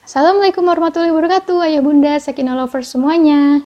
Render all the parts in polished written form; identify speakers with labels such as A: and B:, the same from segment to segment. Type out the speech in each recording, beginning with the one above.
A: Assalamualaikum warahmatullahi wabarakatuh, ayah bunda, sakinah lovers semuanya.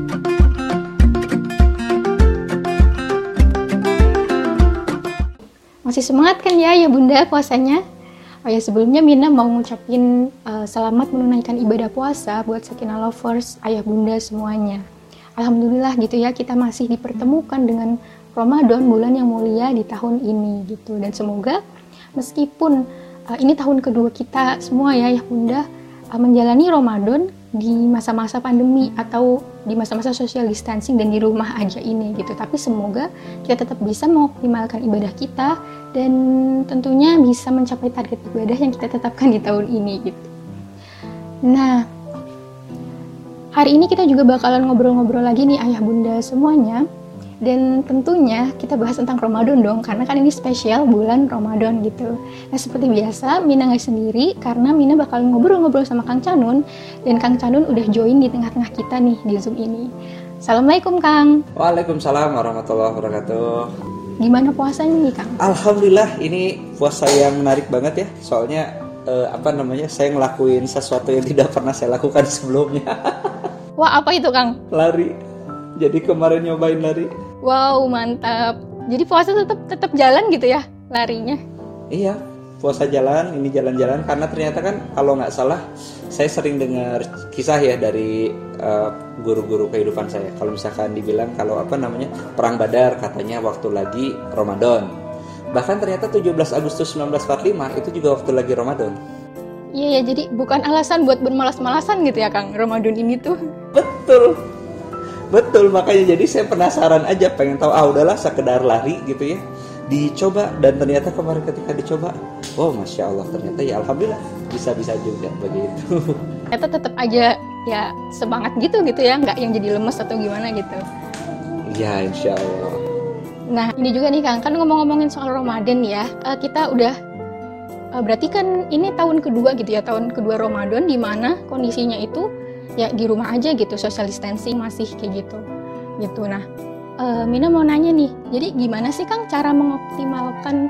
A: Masih semangat kan ya ayah bunda puasanya? Oh ya, sebelumnya Mina mau ngucapin selamat menunaikan ibadah puasa buat sakinah lovers, ayah bunda semuanya. Alhamdulillah gitu ya, kita masih dipertemukan dengan Ramadan, bulan yang mulia di tahun ini gitu. Dan semoga meskipun ini tahun kedua kita semua ya ayah bunda, menjalani Ramadan di masa-masa pandemi atau di masa-masa social distancing dan di rumah aja ini gitu. Tapi semoga kita tetap bisa mengoptimalkan ibadah kita dan tentunya bisa mencapai target ibadah yang kita tetapkan di tahun ini gitu. Nah, hari ini kita juga bakalan ngobrol-ngobrol lagi nih ayah bunda semuanya. Dan tentunya kita bahas tentang Ramadan dong, karena kan ini spesial bulan Ramadan gitu. Nah seperti biasa, Mina nggak sendiri, karena Mina bakal ngobrol-ngobrol sama Kang Canun. Dan Kang Canun udah join di tengah-tengah kita nih di Zoom ini. Assalamualaikum Kang.
B: Waalaikumsalam warahmatullahi wabarakatuh.
A: Gimana puasanya nih Kang?
B: Alhamdulillah, ini puasa yang menarik banget ya. Soalnya saya ngelakuin sesuatu yang tidak pernah saya lakukan sebelumnya.
A: Wah, apa itu Kang?
B: Lari. Jadi kemarin nyobain lari.
A: Wow, mantap. Jadi puasa tetap jalan gitu ya larinya?
B: Iya, puasa jalan, ini jalan-jalan. Karena ternyata kan kalau nggak salah, saya sering dengar kisah ya dari guru-guru kehidupan saya. Kalau misalkan dibilang Perang Badar katanya waktu lagi Ramadan. Bahkan ternyata 17 Agustus 1945 itu juga waktu lagi Ramadan.
A: Iya, jadi bukan alasan buat bermalas-malasan gitu ya Kang, Ramadan ini tuh.
B: Betul, makanya jadi saya penasaran aja, pengen tahu, udahlah sekedar lari gitu ya, dicoba. Dan ternyata kemarin ketika dicoba, Masya Allah, ternyata ya Alhamdulillah bisa-bisa juga begitu.
A: Ternyata tetap aja ya semangat gitu ya, nggak yang jadi lemes atau gimana gitu.
B: Ya Insya Allah.
A: Nah ini juga nih Kang, kan ngomong-ngomongin soal Ramadan ya, kita udah berarti kan ini tahun kedua gitu ya, tahun kedua Ramadan di mana kondisinya itu ya di rumah aja gitu, social distancing masih kayak gitu. Nah, Mina mau nanya nih, jadi gimana sih Kang cara mengoptimalkan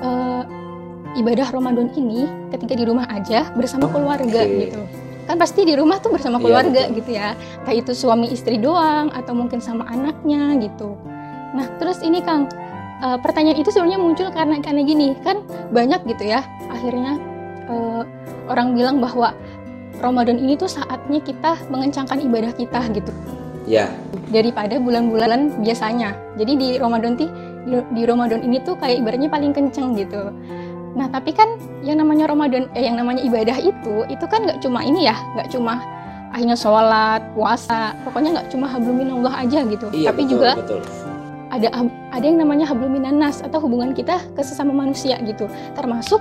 A: ibadah Ramadan ini ketika di rumah aja bersama keluarga gitu? Kan pasti di rumah tuh bersama keluarga gitu ya, entah itu suami istri doang atau mungkin sama anaknya gitu. Nah, terus ini Kang, pertanyaan itu sebenarnya muncul karena gini, kan banyak gitu ya, akhirnya orang bilang bahwa Ramadan ini tuh saatnya kita mengencangkan ibadah kita gitu.
B: Ya.
A: Daripada bulan-bulan biasanya. Jadi di Ramadan ini tuh kayak ibaratnya paling kenceng gitu. Nah, tapi kan yang namanya yang namanya ibadah itu kan nggak cuma ini ya, nggak cuma akhirnya sholat, puasa, pokoknya nggak cuma hablum minallah aja gitu.
B: Iya,
A: tapi
B: betul,
A: juga
B: betul.
A: Ada yang namanya hablum minannas atau hubungan kita ke sesama manusia gitu. Termasuk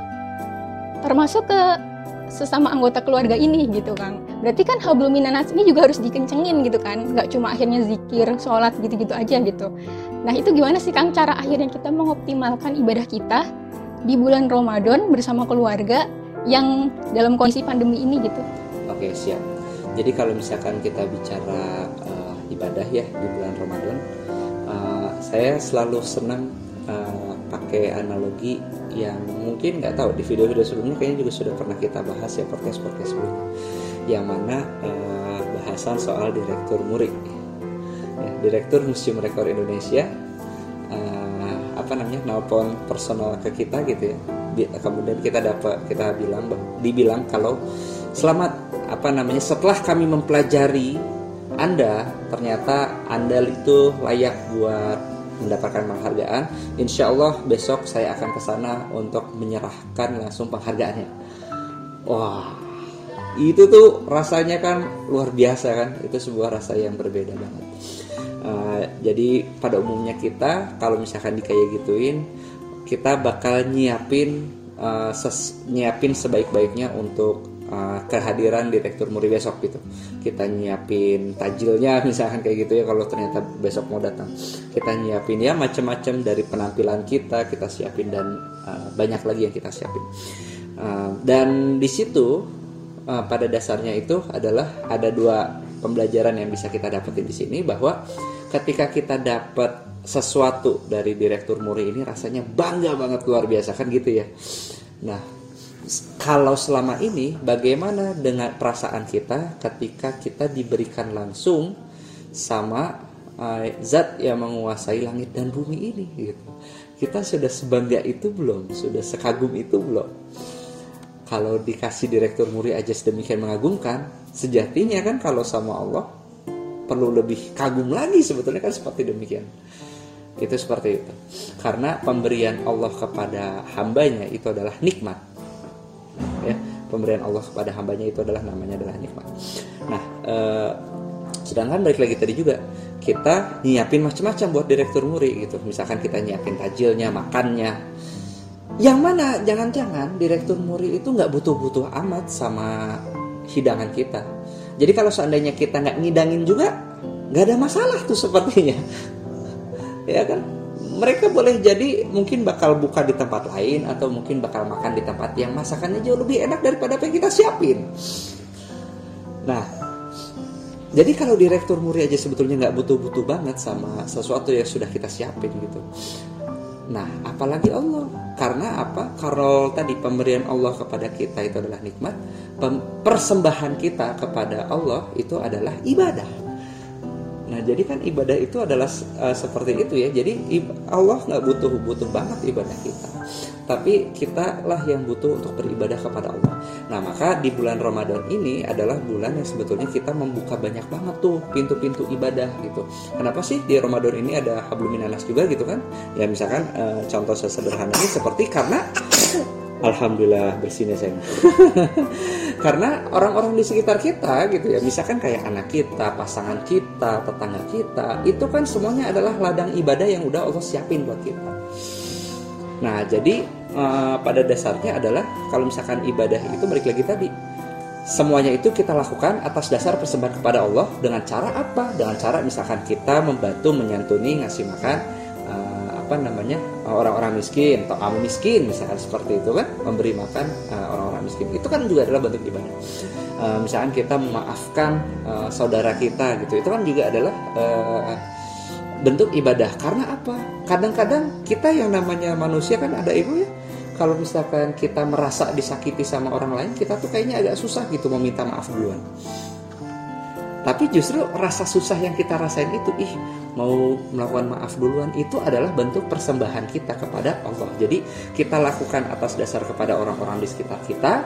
A: ke sesama anggota keluarga ini gitu Kang. Berarti kan hablum minannas ini juga harus dikencengin gitu kan, nggak cuma akhirnya zikir, sholat gitu-gitu aja gitu. Nah itu gimana sih Kang cara akhirnya kita mengoptimalkan ibadah kita di bulan Ramadan bersama keluarga yang dalam kondisi pandemi ini gitu?
B: Oke, siap. Jadi kalau misalkan kita bicara ibadah ya di bulan Ramadan, saya selalu senang pakai analogi yang mungkin nggak tahu di video-video sebelumnya kayaknya juga sudah pernah kita bahas ya, podcast sebelumnya, yang mana bahasan soal direktur MURI ya, Direktur Museum Rekor Indonesia nelpon personal ke kita gitu ya, kemudian kita dibilang kalau selamat setelah kami mempelajari Anda, ternyata Anda itu layak buat mendapatkan penghargaan. Insya Allah besok saya akan ke sana untuk menyerahkan langsung penghargaannya. Wah, itu tuh rasanya kan luar biasa kan. Itu sebuah rasa yang berbeda banget. Jadi pada umumnya kita kalau misalkan kayak gituin, kita bakal nyiapin sebaik-baiknya untuk kehadiran Direktur MURI besok gitu. Kita nyiapin tajilnya misalkan kayak gitu ya, kalau ternyata besok mau datang. Kita nyiapin ya macam-macam dari penampilan kita siapin, dan banyak lagi yang kita siapin. Dan di situ pada dasarnya itu adalah ada dua pembelajaran yang bisa kita dapetin di sini, bahwa ketika kita dapat sesuatu dari Direktur MURI ini rasanya bangga banget, luar biasa kan gitu ya. Nah, Kalau selama ini bagaimana dengan perasaan kita ketika kita diberikan langsung sama zat yang menguasai langit dan bumi ini gitu. Kita sudah sebangga itu belum? Sudah sekagum itu belum? Kalau dikasih direktur Muri aja sedemikian mengagumkan, sejatinya kan kalau sama Allah perlu lebih kagum lagi sebetulnya kan seperti demikian. Itu seperti itu. Karena pemberian Allah kepada hambanya itu adalah nikmat. Ya, pemberian Allah kepada hambanya itu namanya adalah nikmat. Nah, sedangkan balik lagi tadi juga kita nyiapin macam-macam buat direktur Muri gitu. Misalkan kita nyiapin tajilnya, makannya. Yang mana jangan-jangan direktur Muri itu nggak butuh-butuh amat sama hidangan kita. Jadi kalau seandainya kita nggak ngidangin juga, nggak ada masalah tuh sepertinya. Ya kan? Mereka boleh jadi mungkin bakal buka di tempat lain atau mungkin bakal makan di tempat yang masakannya jauh lebih enak daripada apa yang kita siapin. Nah, jadi kalau direktur Muri aja sebetulnya nggak butuh-butuh banget sama sesuatu yang sudah kita siapin gitu. Nah, apalagi Allah. Karena apa? Karena tadi pemberian Allah kepada kita itu adalah nikmat. Persembahan kita kepada Allah itu adalah ibadah. Nah, jadi kan ibadah itu adalah seperti itu ya. Jadi Allah nggak butuh banget ibadah kita, tapi kita lah yang butuh untuk beribadah kepada Allah. Nah, maka di bulan Ramadan ini adalah bulan yang sebetulnya kita membuka banyak banget tuh pintu-pintu ibadah gitu. Kenapa sih di Ramadan ini ada hablum minanas juga gitu kan? Ya misalkan contoh sesederhana ini seperti karena alhamdulillah bersihnya sayang. Karena orang-orang di sekitar kita gitu ya, misalkan kayak anak kita, pasangan kita, tetangga kita, itu kan semuanya adalah ladang ibadah yang udah Allah siapin buat kita. Nah, jadi pada dasarnya adalah kalau misalkan ibadah itu balik lagi tadi, semuanya itu kita lakukan atas dasar persembahan kepada Allah dengan cara apa? Dengan cara misalkan kita membantu, menyantuni, ngasih makan orang-orang miskin atau kamu miskin misalkan seperti itu kan, memberi makan orang-orang miskin itu kan juga adalah bentuk ibadah. Misalkan kita memaafkan saudara kita gitu, itu kan juga adalah bentuk ibadah. Karena apa? Kadang-kadang kita yang namanya manusia kan ada ego ya. Kalau misalkan kita merasa disakiti sama orang lain, kita tuh kayaknya agak susah gitu meminta maaf duluan. Tapi justru rasa susah yang kita rasain itu, mau melakukan maaf duluan, itu adalah bentuk persembahan kita kepada Allah. Jadi kita lakukan atas dasar kepada orang-orang di sekitar kita,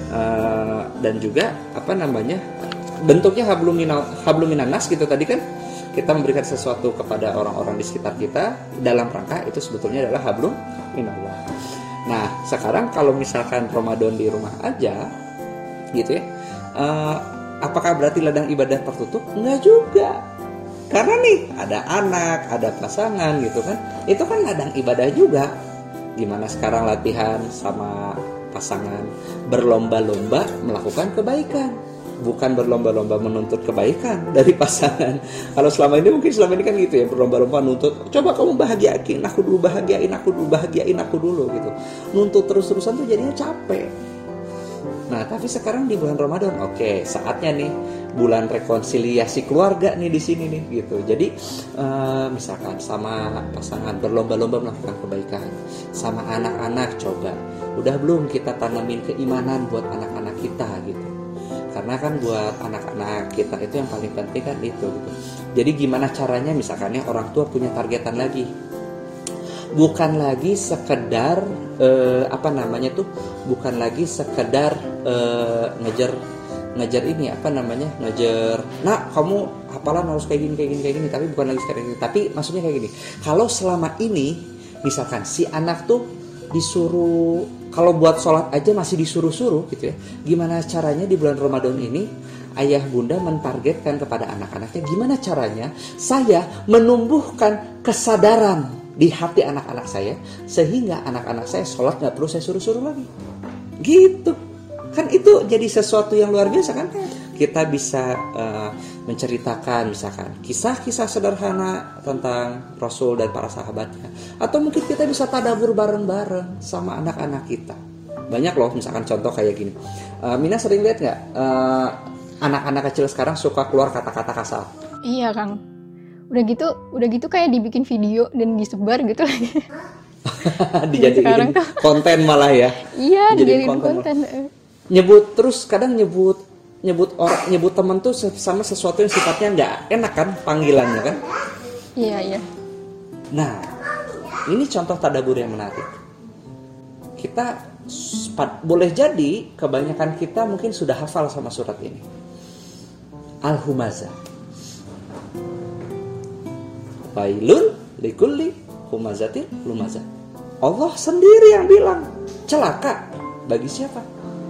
B: dan juga bentuknya hablum minanas gitu tadi kan, kita memberikan sesuatu kepada orang-orang di sekitar kita dalam rangka itu sebetulnya adalah hablum minallah. Nah, sekarang kalau misalkan Ramadan di rumah aja gitu ya, apakah berarti ladang ibadah tertutup? Enggak juga. Karena nih ada anak, ada pasangan gitu kan. Itu kan ladang ibadah juga. Gimana sekarang latihan sama pasangan berlomba-lomba melakukan kebaikan. Bukan berlomba-lomba menuntut kebaikan dari pasangan. Kalau selama ini kan gitu ya, berlomba-lomba nuntut, coba kamu bahagiain aku dulu, bahagiain aku dulu gitu. Nuntut terus-terusan tuh jadinya capek. Nah, tapi sekarang di bulan Ramadan, oke, saatnya nih bulan rekonsiliasi keluarga nih di sini nih gitu. Jadi misalkan sama pasangan berlomba-lomba melakukan kebaikan, sama anak-anak coba. Udah belum kita tanamin keimanan buat anak-anak kita gitu. Karena kan buat anak-anak kita itu yang paling penting kan itu gitu. Jadi gimana caranya misalkan ya orang tua punya targetan lagi. Bukan lagi sekedar bukan lagi sekedar ngejar ini nah kamu hafalan harus kayak gini, tapi bukan lagi sekedar ini, tapi maksudnya kayak gini. Kalau selama ini misalkan si anak tuh disuruh, kalau buat sholat aja masih disuruh-suruh gitu ya, gimana caranya di bulan Ramadan ini ayah bunda mentargetkan kepada anak-anaknya, gimana caranya saya menumbuhkan kesadaran di hati anak-anak saya, sehingga anak-anak saya sholat gak perlu saya suruh-suruh lagi gitu. Kan itu jadi sesuatu yang luar biasa kan. Kita bisa menceritakan misalkan kisah-kisah sederhana tentang Rasul dan para sahabatnya, atau mungkin kita bisa tadabur bareng-bareng sama anak-anak kita. Banyak loh, misalkan contoh kayak gini, Mina sering lihat gak anak-anak kecil sekarang suka keluar kata-kata kasar?
A: Iya Kang, udah gitu kayak dibikin video dan disebar gitu lagi.
B: Dijadiin konten malah ya.
A: Iya, dijadiin konten.
B: Nyebut terus kadang nyebut teman tuh sama sesuatu yang sifatnya nggak enak kan panggilannya kan.
A: Iya.
B: Nah, ini contoh tadabbur yang menarik. Kita boleh jadi kebanyakan kita mungkin sudah hafal sama surat ini. Al-Humazah. Wailun likulli humazatil lumazah. Allah sendiri yang bilang celaka bagi siapa?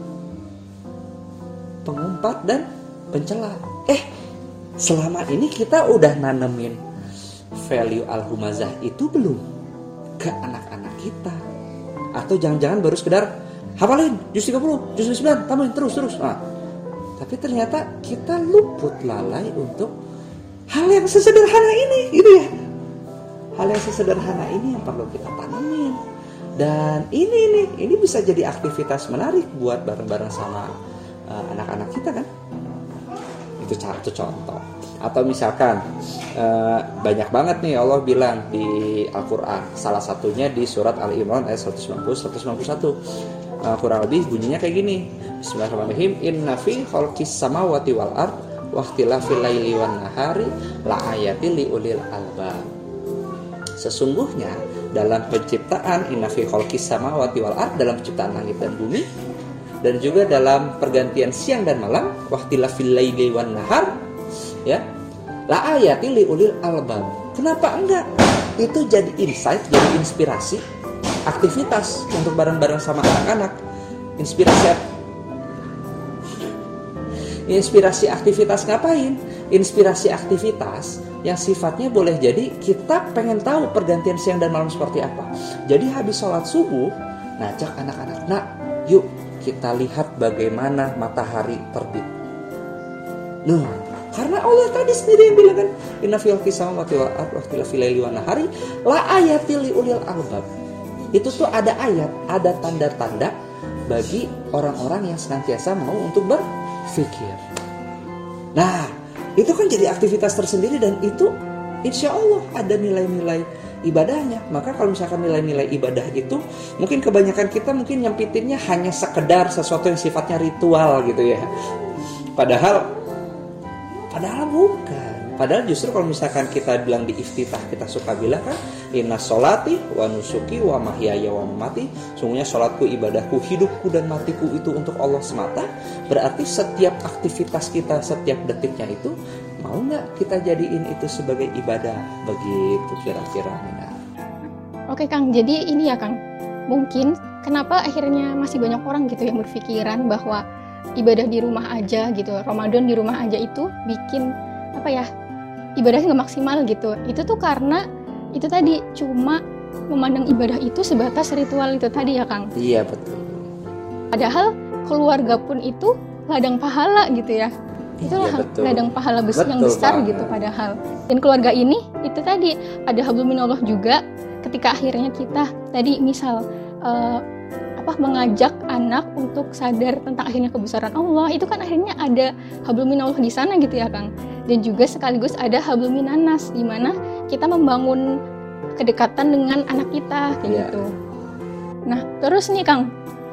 B: Pengumpat dan pencela. Selama ini kita udah nanemin value al-humazah itu belum ke anak-anak kita? Atau jangan-jangan baru sekedar hafalin juz 30, juz 9, tambahin terus. Nah, tapi ternyata kita luput lalai untuk hal yang sesederhana ini gitu ya. Hal yang sesederhana ini yang perlu kita tanemin. Dan ini bisa jadi aktivitas menarik buat bareng-bareng sama anak-anak kita kan. Itu contoh. Atau misalkan banyak banget nih Allah bilang di Al-Quran. Salah satunya di surat Al-Imran ayat 190-191. Kurang lebih bunyinya kayak gini. Bismillahirrahmanirrahim. Inna fi khalqis samawati wal ard wa ikhtilafil laili wan nahari la ayatil liulil albab. Sesungguhnya dalam penciptaan inna fi khalqis samawati wal ard, dalam penciptaan langit dan bumi, dan juga dalam pergantian siang dan malam, waqtilafil laili wan nahar, ya, la ayatil liulil albab. Kenapa enggak? Itu jadi insight, jadi inspirasi, aktivitas untuk bareng-bareng sama anak-anak. Inspirasi aktivitas ngapain? Inspirasi aktivitas yang sifatnya boleh jadi kita pengen tahu pergantian siang dan malam seperti apa. Jadi habis sholat subuh, ngajak anak-anak, nak, yuk kita lihat bagaimana matahari terbit. Nah, karena Allah tadi sendiri yang bilang kan, inna fil samawati wal ardi wa ikhtilafil laili wan nahari la ayatil liulil albab. Itu tuh ada ayat, ada tanda-tanda bagi orang-orang yang senantiasa mau untuk berfikir. Nah, itu kan jadi aktivitas tersendiri dan itu insya Allah ada nilai-nilai ibadahnya. Maka kalau misalkan nilai-nilai ibadah itu mungkin kebanyakan kita mungkin nyempitinnya hanya sekedar sesuatu yang sifatnya ritual gitu ya. Padahal bukan. Padahal justru kalau misalkan kita bilang di iftitah, kita suka bilang kan, inna sholati wa nusuki wa mahyaya wa mamati, sungguhnya sholatku, ibadahku, hidupku dan matiku itu untuk Allah semata. Berarti setiap aktivitas kita, setiap detiknya itu, mau nggak kita jadiin itu sebagai ibadah? Begitu kira-kira.
A: Oke Kang, jadi ini ya Kang, mungkin kenapa akhirnya masih banyak orang gitu yang berpikiran bahwa ibadah di rumah aja gitu, Ramadan di rumah aja itu bikin ibadahnya nggak maksimal gitu. Itu tuh karena itu tadi cuma memandang ibadah itu sebatas ritual itu tadi ya Kang.
B: Iya betul.
A: Padahal keluarga pun itu ladang pahala gitu ya. Itu ladang pahala yang besar banget gitu padahal. Dan keluarga ini itu tadi ada hablum minallah juga. Ketika akhirnya kita tadi misal mengajak anak untuk sadar tentang akhirnya kebesaran Allah, itu kan akhirnya ada hablum minallah di sana gitu ya Kang. Dan juga sekaligus ada hablum minanas, di mana kita membangun kedekatan dengan anak kita kayak gitu. Nah, terus nih Kang,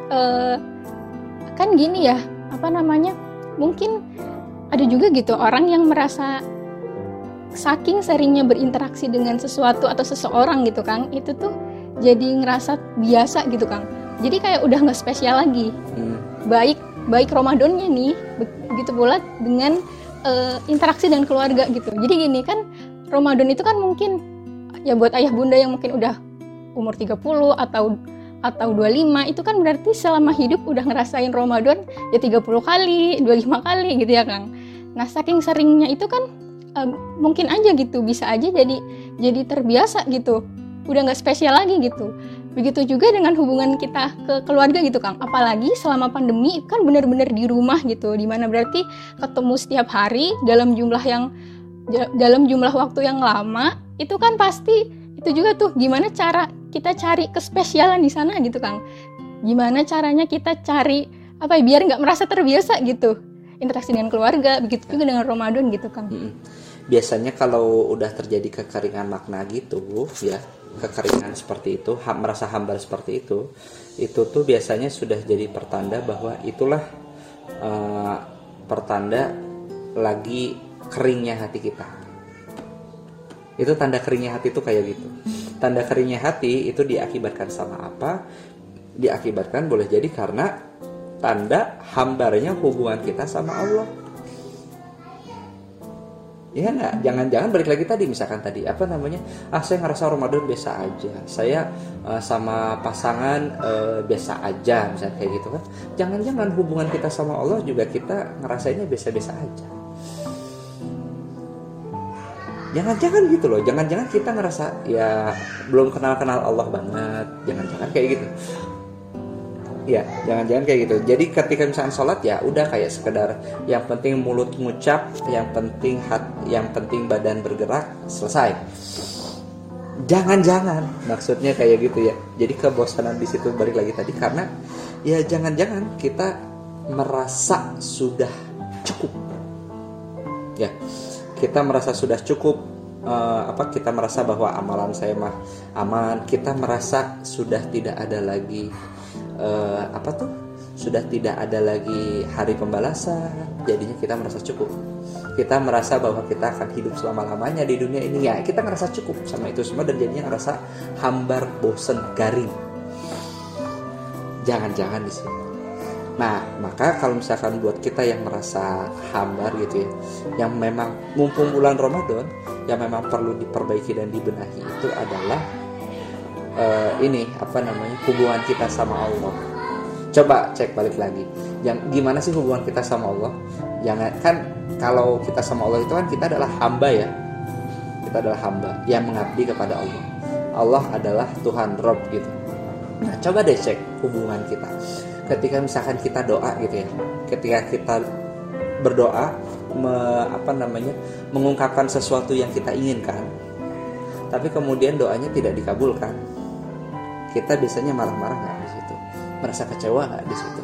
A: kan gini ya, mungkin ada juga gitu orang yang merasa saking seringnya berinteraksi dengan sesuatu atau seseorang gitu Kang, itu tuh jadi ngerasa biasa gitu Kang. Jadi kayak udah nggak spesial lagi. Baik Ramadannya nih, begitu pula dengan interaksi dengan keluarga gitu. Jadi gini kan, Ramadan itu kan mungkin ya buat ayah bunda yang mungkin udah umur 30 atau 25, itu kan berarti selama hidup udah ngerasain Ramadan ya 30 kali, 25 kali gitu ya Kang. Nah, saking seringnya itu kan mungkin aja gitu, bisa aja jadi terbiasa gitu. Udah nggak spesial lagi gitu. Begitu juga dengan hubungan kita ke keluarga gitu Kang. Apalagi selama pandemi kan benar-benar di rumah gitu, dimana berarti ketemu setiap hari dalam jumlah waktu yang lama. Itu kan pasti itu juga tuh gimana cara kita cari kespesialan di sana gitu Kang. Gimana caranya kita cari biar nggak merasa terbiasa gitu interaksi dengan keluarga. Begitu juga dengan Ramadan gitu Kang.
B: Biasanya kalau udah terjadi kekeringan makna gitu ya, kekeringan seperti itu, merasa hambar seperti itu tuh biasanya sudah jadi pertanda bahwa itulah pertanda lagi keringnya hati kita. Itu tanda keringnya hati itu kayak gitu. Tanda keringnya hati itu diakibatkan sama apa? Diakibatkan boleh jadi karena tanda hambarnya hubungan kita sama Allah. Ya enggak, jangan-jangan balik lagi tadi, misalkan tadi saya ngerasa Ramadan biasa aja, saya sama pasangan biasa aja, misalnya kayak gitu kan. Jangan-jangan hubungan kita sama Allah juga kita ngerasainnya biasa-biasa aja. Jangan-jangan gitu loh, jangan-jangan kita ngerasa ya belum kenal-kenal Allah banget, jangan-jangan kayak gitu. Ya, jangan-jangan kayak gitu. Jadi ketika misalkan sholat ya udah kayak sekedar yang penting mulut ngucap, yang penting badan bergerak, selesai. Jangan-jangan maksudnya kayak gitu ya. Jadi kebosanan di situ balik lagi tadi karena ya jangan-jangan kita merasa sudah cukup. Ya, kita merasa sudah cukup. Kita merasa bahwa amalan saya mah aman. Kita merasa sudah tidak ada lagi sudah tidak ada lagi hari pembalasan, jadinya kita merasa cukup. Kita merasa bahwa kita akan hidup selama-lamanya di dunia ini, ya kita ngerasa cukup sama itu semua dan jadinya ngerasa hambar, bosen, garing. Jangan-jangan di sini. Nah, maka kalau misalkan buat kita yang merasa hambar gitu ya, yang memang mumpung bulan Ramadan, yang memang perlu diperbaiki dan dibenahi itu adalah hubungan kita sama Allah. Coba cek balik lagi. Gimana sih hubungan kita sama Allah? Jangan kan kalau kita sama Allah itu kan kita adalah hamba ya. Kita adalah hamba yang mengabdi kepada Allah. Allah adalah Tuhan Rob gitu. Nah, coba deh cek hubungan kita. Ketika misalkan kita doa gitu ya. Ketika kita berdoa mengungkapkan sesuatu yang kita inginkan, tapi kemudian doanya tidak dikabulkan. Kita biasanya marah-marah nggak di situ? Merasa kecewa nggak di situ?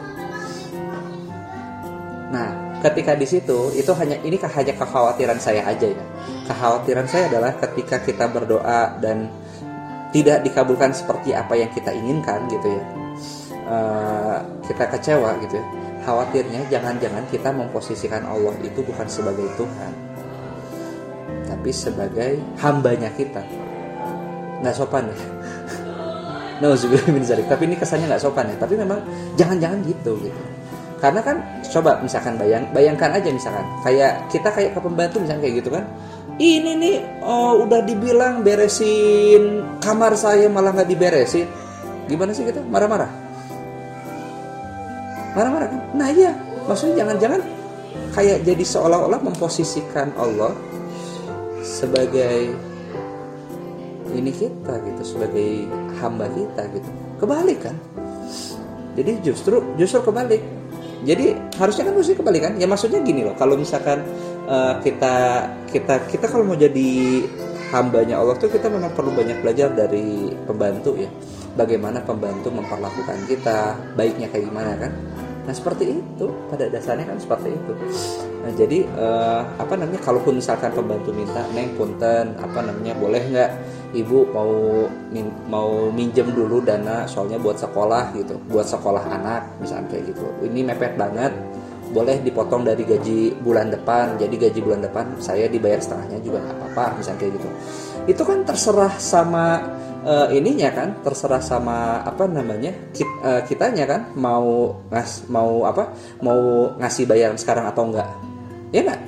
B: Nah, ketika di situ itu hanya kekhawatiran saya aja ya. Kekhawatiran saya adalah ketika kita berdoa dan tidak dikabulkan seperti apa yang kita inginkan gitu ya. Kita kecewa gitu ya. Khawatirnya jangan-jangan kita memposisikan Allah itu bukan sebagai Tuhan, tapi sebagai hambanya kita. Nggak sopan ya. Tapi ini kesannya nggak sopan ya. Tapi memang jangan-jangan gitu. Karena kan coba misalkan bayangkan aja misalkan kayak ke pembantu misalkan kayak gitu kan. Ini nih udah dibilang beresin kamar saya malah nggak diberesin. Gimana sih kita? Marah-marah kan? Nah iya, maksudnya jangan-jangan kayak jadi seolah-olah memposisikan Allah sebagai ini kita gitu, sebagai hamba kita gitu. Kebalik kan? Jadi justru kebalik. Jadi harusnya kan mesti kebalik kan? Ya maksudnya gini loh, kalau misalkan kita kalau mau jadi hambanya Allah tuh kita memang perlu banyak belajar dari pembantu ya. Bagaimana pembantu memperlakukan kita, baiknya kayak gimana kan? Nah seperti itu, pada dasarnya kan seperti itu. Nah jadi kalaupun misalkan pembantu minta, Neng punten, boleh nggak ibu mau minjem dulu dana soalnya buat sekolah gitu, buat sekolah anak misalnya kayak gitu. Ini mepet banget, boleh dipotong dari gaji bulan depan. Jadi gaji bulan depan saya dibayar setengahnya juga nggak apa-apa misalnya kayak gitu. Itu kan terserah sama terserah sama kitanya kan mau ngasih bayaran sekarang atau enggak, ya enggak?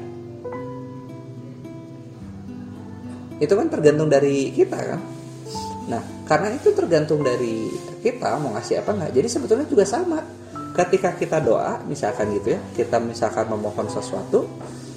B: Itu kan tergantung dari kita kan. Nah karena itu tergantung dari kita mau ngasih apa enggak. Jadi sebetulnya juga sama ketika kita doa misalkan gitu ya, kita misalkan memohon sesuatu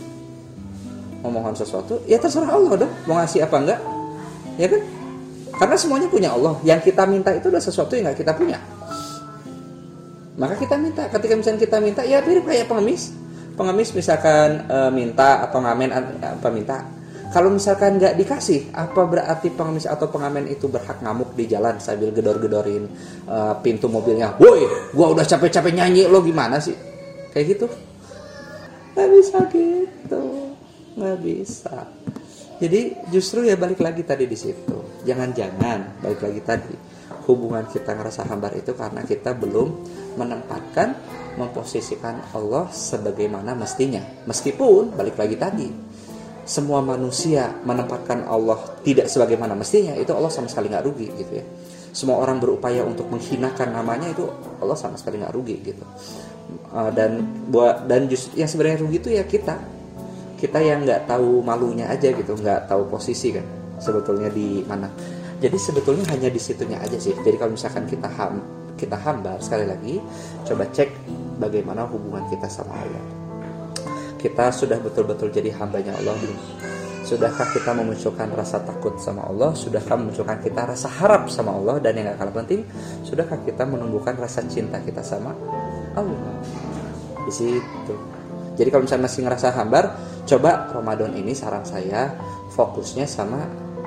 B: ya terserah Allah dong mau ngasih apa enggak, ya kan? Karena semuanya punya Allah. Yang kita minta itu adalah sesuatu yang gak kita punya. Maka kita minta. Ketika misalnya kita minta, ya mirip kayak pengemis. Pengemis misalkan minta atau ngamen minta. Kalau misalkan gak dikasih, apa berarti pengemis atau pengamen itu berhak ngamuk di jalan sambil gedor-gedorin pintu mobilnya? Woi, gua udah capek-capek nyanyi, lo gimana sih? Kayak gitu. Gak bisa gitu. Gak bisa. Jadi justru ya balik lagi tadi di situ. Jangan-jangan balik lagi tadi, hubungan kita ngerasa hambar itu karena kita belum menempatkan, memposisikan Allah sebagaimana mestinya. Meskipun balik lagi tadi, semua manusia menempatkan Allah tidak sebagaimana mestinya, itu Allah sama sekali nggak rugi gitu ya. Semua orang berupaya untuk menghinakan namanya, itu Allah sama sekali nggak rugi gitu. Dan justru yang sebenarnya rugi itu ya kita yang nggak tahu malunya aja gitu, nggak tahu posisi kan sebetulnya di mana. Jadi sebetulnya hanya di situnya aja sih. Jadi kalau misalkan kita hambar, sekali lagi coba cek bagaimana hubungan kita sama Allah. Kita sudah betul-betul jadi hambanya Allah belum? Sudahkah kita memunculkan rasa takut sama Allah? Sudahkah memunculkan kita rasa harap sama Allah? Dan yang gak kalah penting, sudahkah kita menumbuhkan rasa cinta kita sama Allah? Di situ. Jadi kalau misalnya masih ngerasa hambar, coba Ramadan ini saran saya fokusnya sama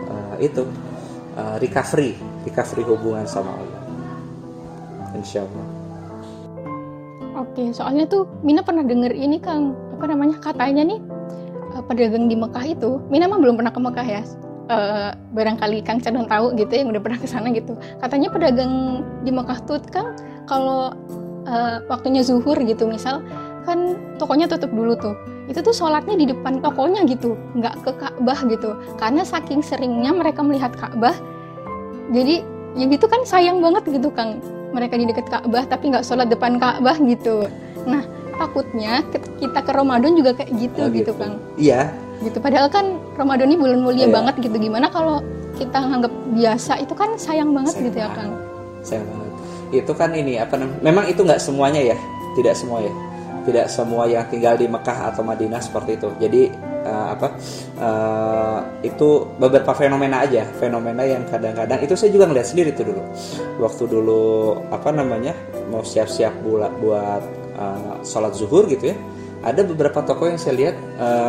B: recovery hubungan sama Allah. Insya Allah.
A: Oke, soalnya tuh Mina pernah denger ini Kang, katanya nih pedagang di Mekah itu, Mina mah belum pernah ke Mekah ya, barangkali Kang Cadon tahu gitu yang udah pernah ke sana gitu. Katanya pedagang di Mekah tuh Kang, kalau waktunya zuhur gitu misal, kan tokonya tutup dulu tuh, itu tuh sholatnya di depan tokonya gitu, nggak ke Ka'bah gitu, karena saking seringnya mereka melihat Ka'bah, jadi ya gitu kan sayang banget gitu Kang, mereka di dekat Ka'bah tapi nggak sholat depan Ka'bah gitu. Nah takutnya kita ke Ramadan juga kayak gitu Kang.
B: Iya.
A: Gitu. Padahal kan Ramadan ini bulan mulia banget gitu. Gimana kalau kita nganggap biasa, itu kan sayang banget sayang gitu ya Kang.
B: Sayang banget. Itu kan ini memang itu nggak semuanya ya, tidak semua ya. Tidak semua yang tinggal di Mekah atau Madinah seperti itu. Jadi itu beberapa fenomena aja, fenomena yang kadang-kadang itu saya juga ngeliat sendiri tuh dulu. Waktu dulu mau siap-siap buat sholat zuhur gitu ya. Ada beberapa toko yang saya lihat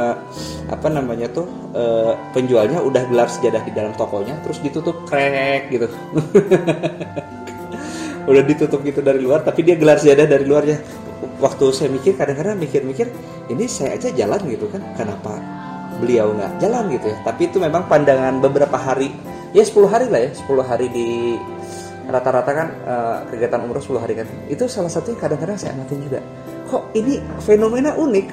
B: penjualnya udah gelar sejadah di dalam tokonya, terus ditutup krek gitu. Udah ditutup gitu dari luar, tapi dia gelar sejadah dari luarnya. Waktu saya kadang-kadang mikir, ini saya aja jalan gitu kan, kenapa beliau nggak jalan gitu ya. Tapi itu memang pandangan beberapa hari, ya 10 hari lah ya, 10 hari di rata-rata kan kegiatan umroh 10 hari kan. Itu salah satu yang kadang-kadang saya amatin juga. Kok ini fenomena unik.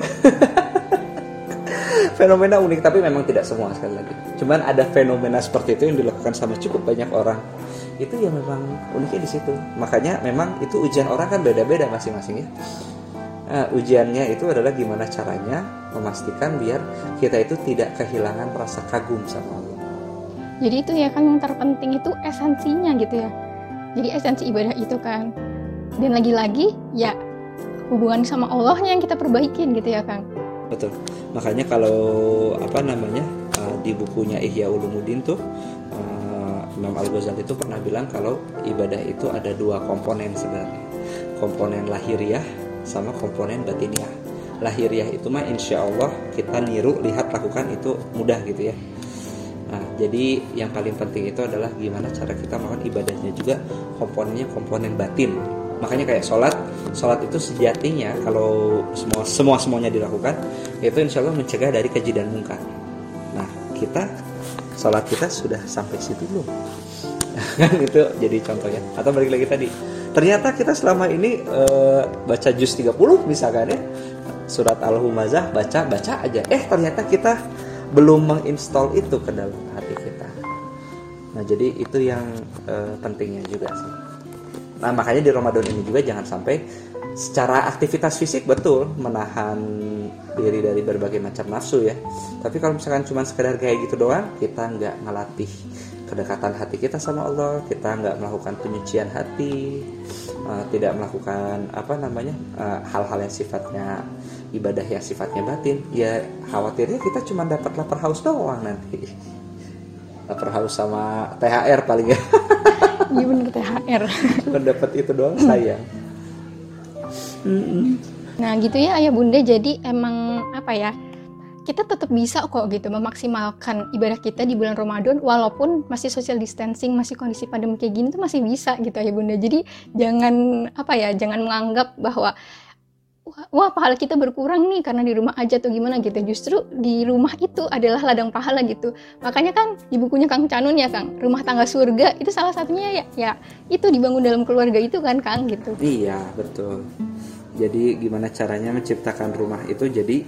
B: Fenomena unik, tapi memang tidak semua sekali lagi. Cuman ada fenomena seperti itu yang dilakukan sama cukup banyak orang. Itu yang memang uniknya di situ. Makanya memang itu ujian orang kan beda-beda masing-masing ya. Ujiannya itu adalah gimana caranya memastikan biar kita itu tidak kehilangan rasa kagum sama Allah.
A: Jadi itu ya kan yang terpenting itu esensinya gitu ya. Jadi esensi ibadah itu kan. Dan lagi-lagi ya hubungan sama Allahnya yang kita perbaikin gitu ya Kang.
B: Betul. Makanya kalau di bukunya Ihya Ulumuddin tuh Imam Al-Ghazali itu pernah bilang kalau ibadah itu ada 2 komponen sebenarnya. Komponen lahiriah sama komponen batiniah. Lahiriah itu mah insya Allah kita niru, lihat, lakukan itu mudah gitu ya. Nah, jadi yang paling penting itu adalah gimana cara kita melakukan ibadahnya juga komponennya komponen batin. Makanya kayak sholat itu sejatinya kalau semuanya dilakukan itu insya Allah mencegah dari keji dan mungkar. Nah, sholat kita sudah sampai situ belum? Kan itu jadi contohnya. Atau balik lagi tadi, ternyata kita selama ini baca juz 30 misalkan ya, surat Al-Humazah baca aja. Ternyata kita belum menginstall itu ke dalam hati kita. Nah, jadi itu yang pentingnya juga sih. Nah, makanya di Ramadan ini juga jangan sampai secara aktivitas fisik betul menahan diri dari berbagai macam nafsu ya. Tapi kalau misalkan cuma sekedar kayak gitu doang, kita nggak ngelatih kedekatan hati kita sama Allah, kita nggak melakukan penyucian hati, tidak melakukan hal-hal yang sifatnya ibadah yang sifatnya batin, ya khawatirnya kita cuma dapat lapar haus doang nanti. Lapar haus sama THR paling ya.
A: Iya bener, THR.
B: Cuma dapat itu doang sayang.
A: Nah gitu ya Ayah Bunda, jadi emang kita tetap bisa kok gitu memaksimalkan ibadah kita di bulan Ramadan walaupun masih social distancing, masih kondisi pandemi kayak gini tuh masih bisa gitu Ayah Bunda. Jadi jangan jangan menganggap bahwa wah pahala kita berkurang nih karena di rumah aja atau gimana gitu. Justru di rumah itu adalah ladang pahala gitu. Makanya kan di bukunya Kang Canun ya Kang, Rumah Tangga Surga itu salah satunya ya itu dibangun dalam keluarga itu kan Kang gitu.
B: Iya betul. Jadi gimana caranya menciptakan rumah itu jadi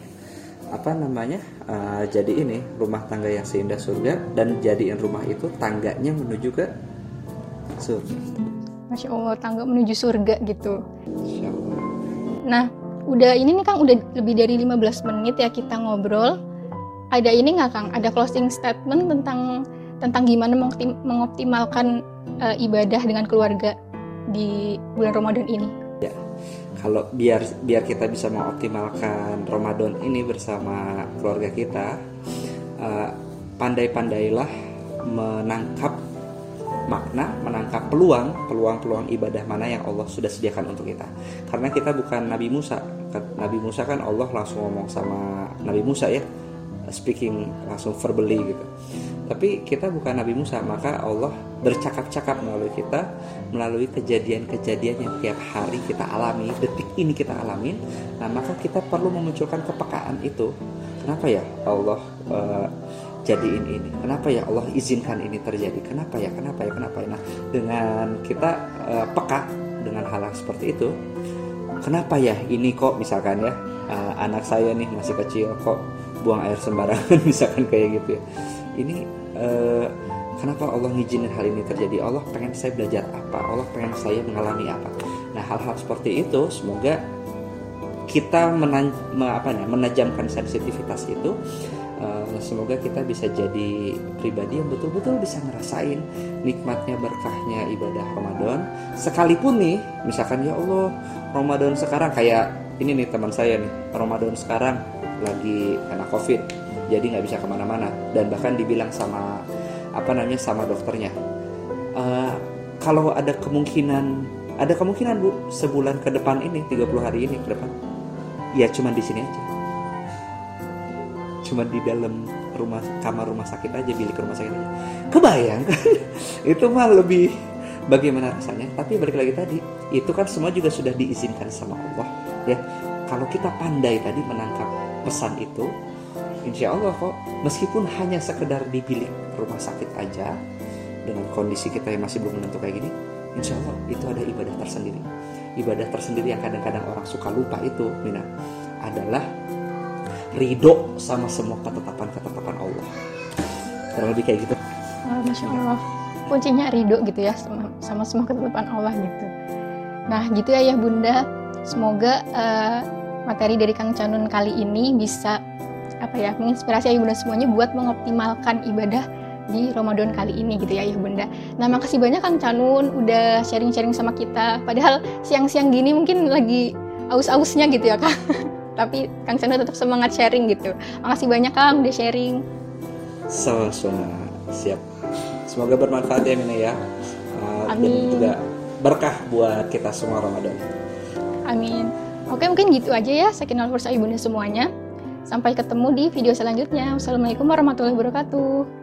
B: jadi ini rumah tangga yang seindah surga, dan jadiin rumah itu tangganya menuju ke surga.
A: Masya Allah, tangga menuju surga gitu.
B: Masya Allah.
A: Nah, udah ini nih Kang, udah lebih dari 15 menit ya kita ngobrol. Ada ini nggak Kang? Ada closing statement tentang gimana mengoptimalkan ibadah dengan keluarga di bulan Ramadan ini?
B: Ya, kalau biar kita bisa mengoptimalkan Ramadan ini bersama keluarga kita, pandai-pandailah menangkap makna, menangkap peluang ibadah mana yang Allah sudah sediakan untuk kita. Karena kita bukan Nabi Musa. Nabi Musa kan Allah langsung ngomong sama Nabi Musa ya, speaking langsung verbally gitu. Tapi kita bukan Nabi Musa, maka Allah bercakap-cakap melalui kita, melalui kejadian-kejadian yang tiap hari kita alami, detik ini kita alamin. Nah, maka kita perlu memunculkan kepekaan itu. Kenapa ya Allah jadiin ini? Kenapa ya Allah izinkan ini terjadi? Kenapa ya? Nah, dengan kita peka dengan hal yang seperti itu, kenapa ya ini kok misalkan ya anak saya nih masih kecil kok buang air sembarangan misalkan kayak gitu ya. Ini kenapa Allah ngizinin hal ini terjadi? Allah pengen saya belajar apa? Allah pengen saya mengalami apa? Nah, hal-hal seperti itu semoga kita menajamkan sensitivitas itu. Semoga kita bisa jadi pribadi yang betul-betul bisa ngerasain nikmatnya, berkahnya ibadah Ramadan. Sekalipun nih, misalkan ya Allah Ramadan sekarang kayak ini nih teman saya nih, Ramadan sekarang lagi kena COVID, jadi nggak bisa kemana-mana, dan bahkan dibilang sama dokternya, kalau ada kemungkinan Bu, sebulan ke depan ini, 30 hari ini ke depan, ya cuma di sini aja, cuma di dalam kamar rumah sakit aja, bilik rumah sakit aja. Kebayang kan? Itu mah lebih bagaimana rasanya. Tapi balik lagi tadi, itu kan semua juga sudah diizinkan sama Allah ya. Kalau kita pandai tadi menangkap pesan itu, insya Allah kok, meskipun hanya sekedar di bilik rumah sakit aja, dengan kondisi kita yang masih belum menentu kayak gini, insya Allah itu ada ibadah tersendiri. Ibadah tersendiri yang kadang-kadang orang suka lupa itu, Mina, adalah ridho sama semua ketetapan Allah. Kurang lebih kayak gitu.
A: Masya Allah, kuncinya ridho gitu ya sama semua ketetapan Allah gitu. Nah gitu ya Bunda, semoga materi dari Kang Canun kali ini bisa menginspirasi ayah bunda semuanya buat mengoptimalkan ibadah di Ramadan kali ini gitu ya ayah bunda. Nah makasih banyak Kang Canun udah sharing-sharing sama kita, padahal siang-siang gini mungkin lagi aus-ausnya gitu ya Kang. Tapi Kang Canun tetap semangat sharing gitu. Makasih banyak Kang udah sharing.
B: Sama-sama, siap. Semoga bermanfaat ya Mina ya.
A: Amin.
B: Dan juga berkah buat kita semua Ramadan.
A: Amin. Oke, mungkin gitu aja ya Sakinah Lovers ayah bunda semuanya. Sampai ketemu di video selanjutnya. Wassalamualaikum warahmatullahi wabarakatuh.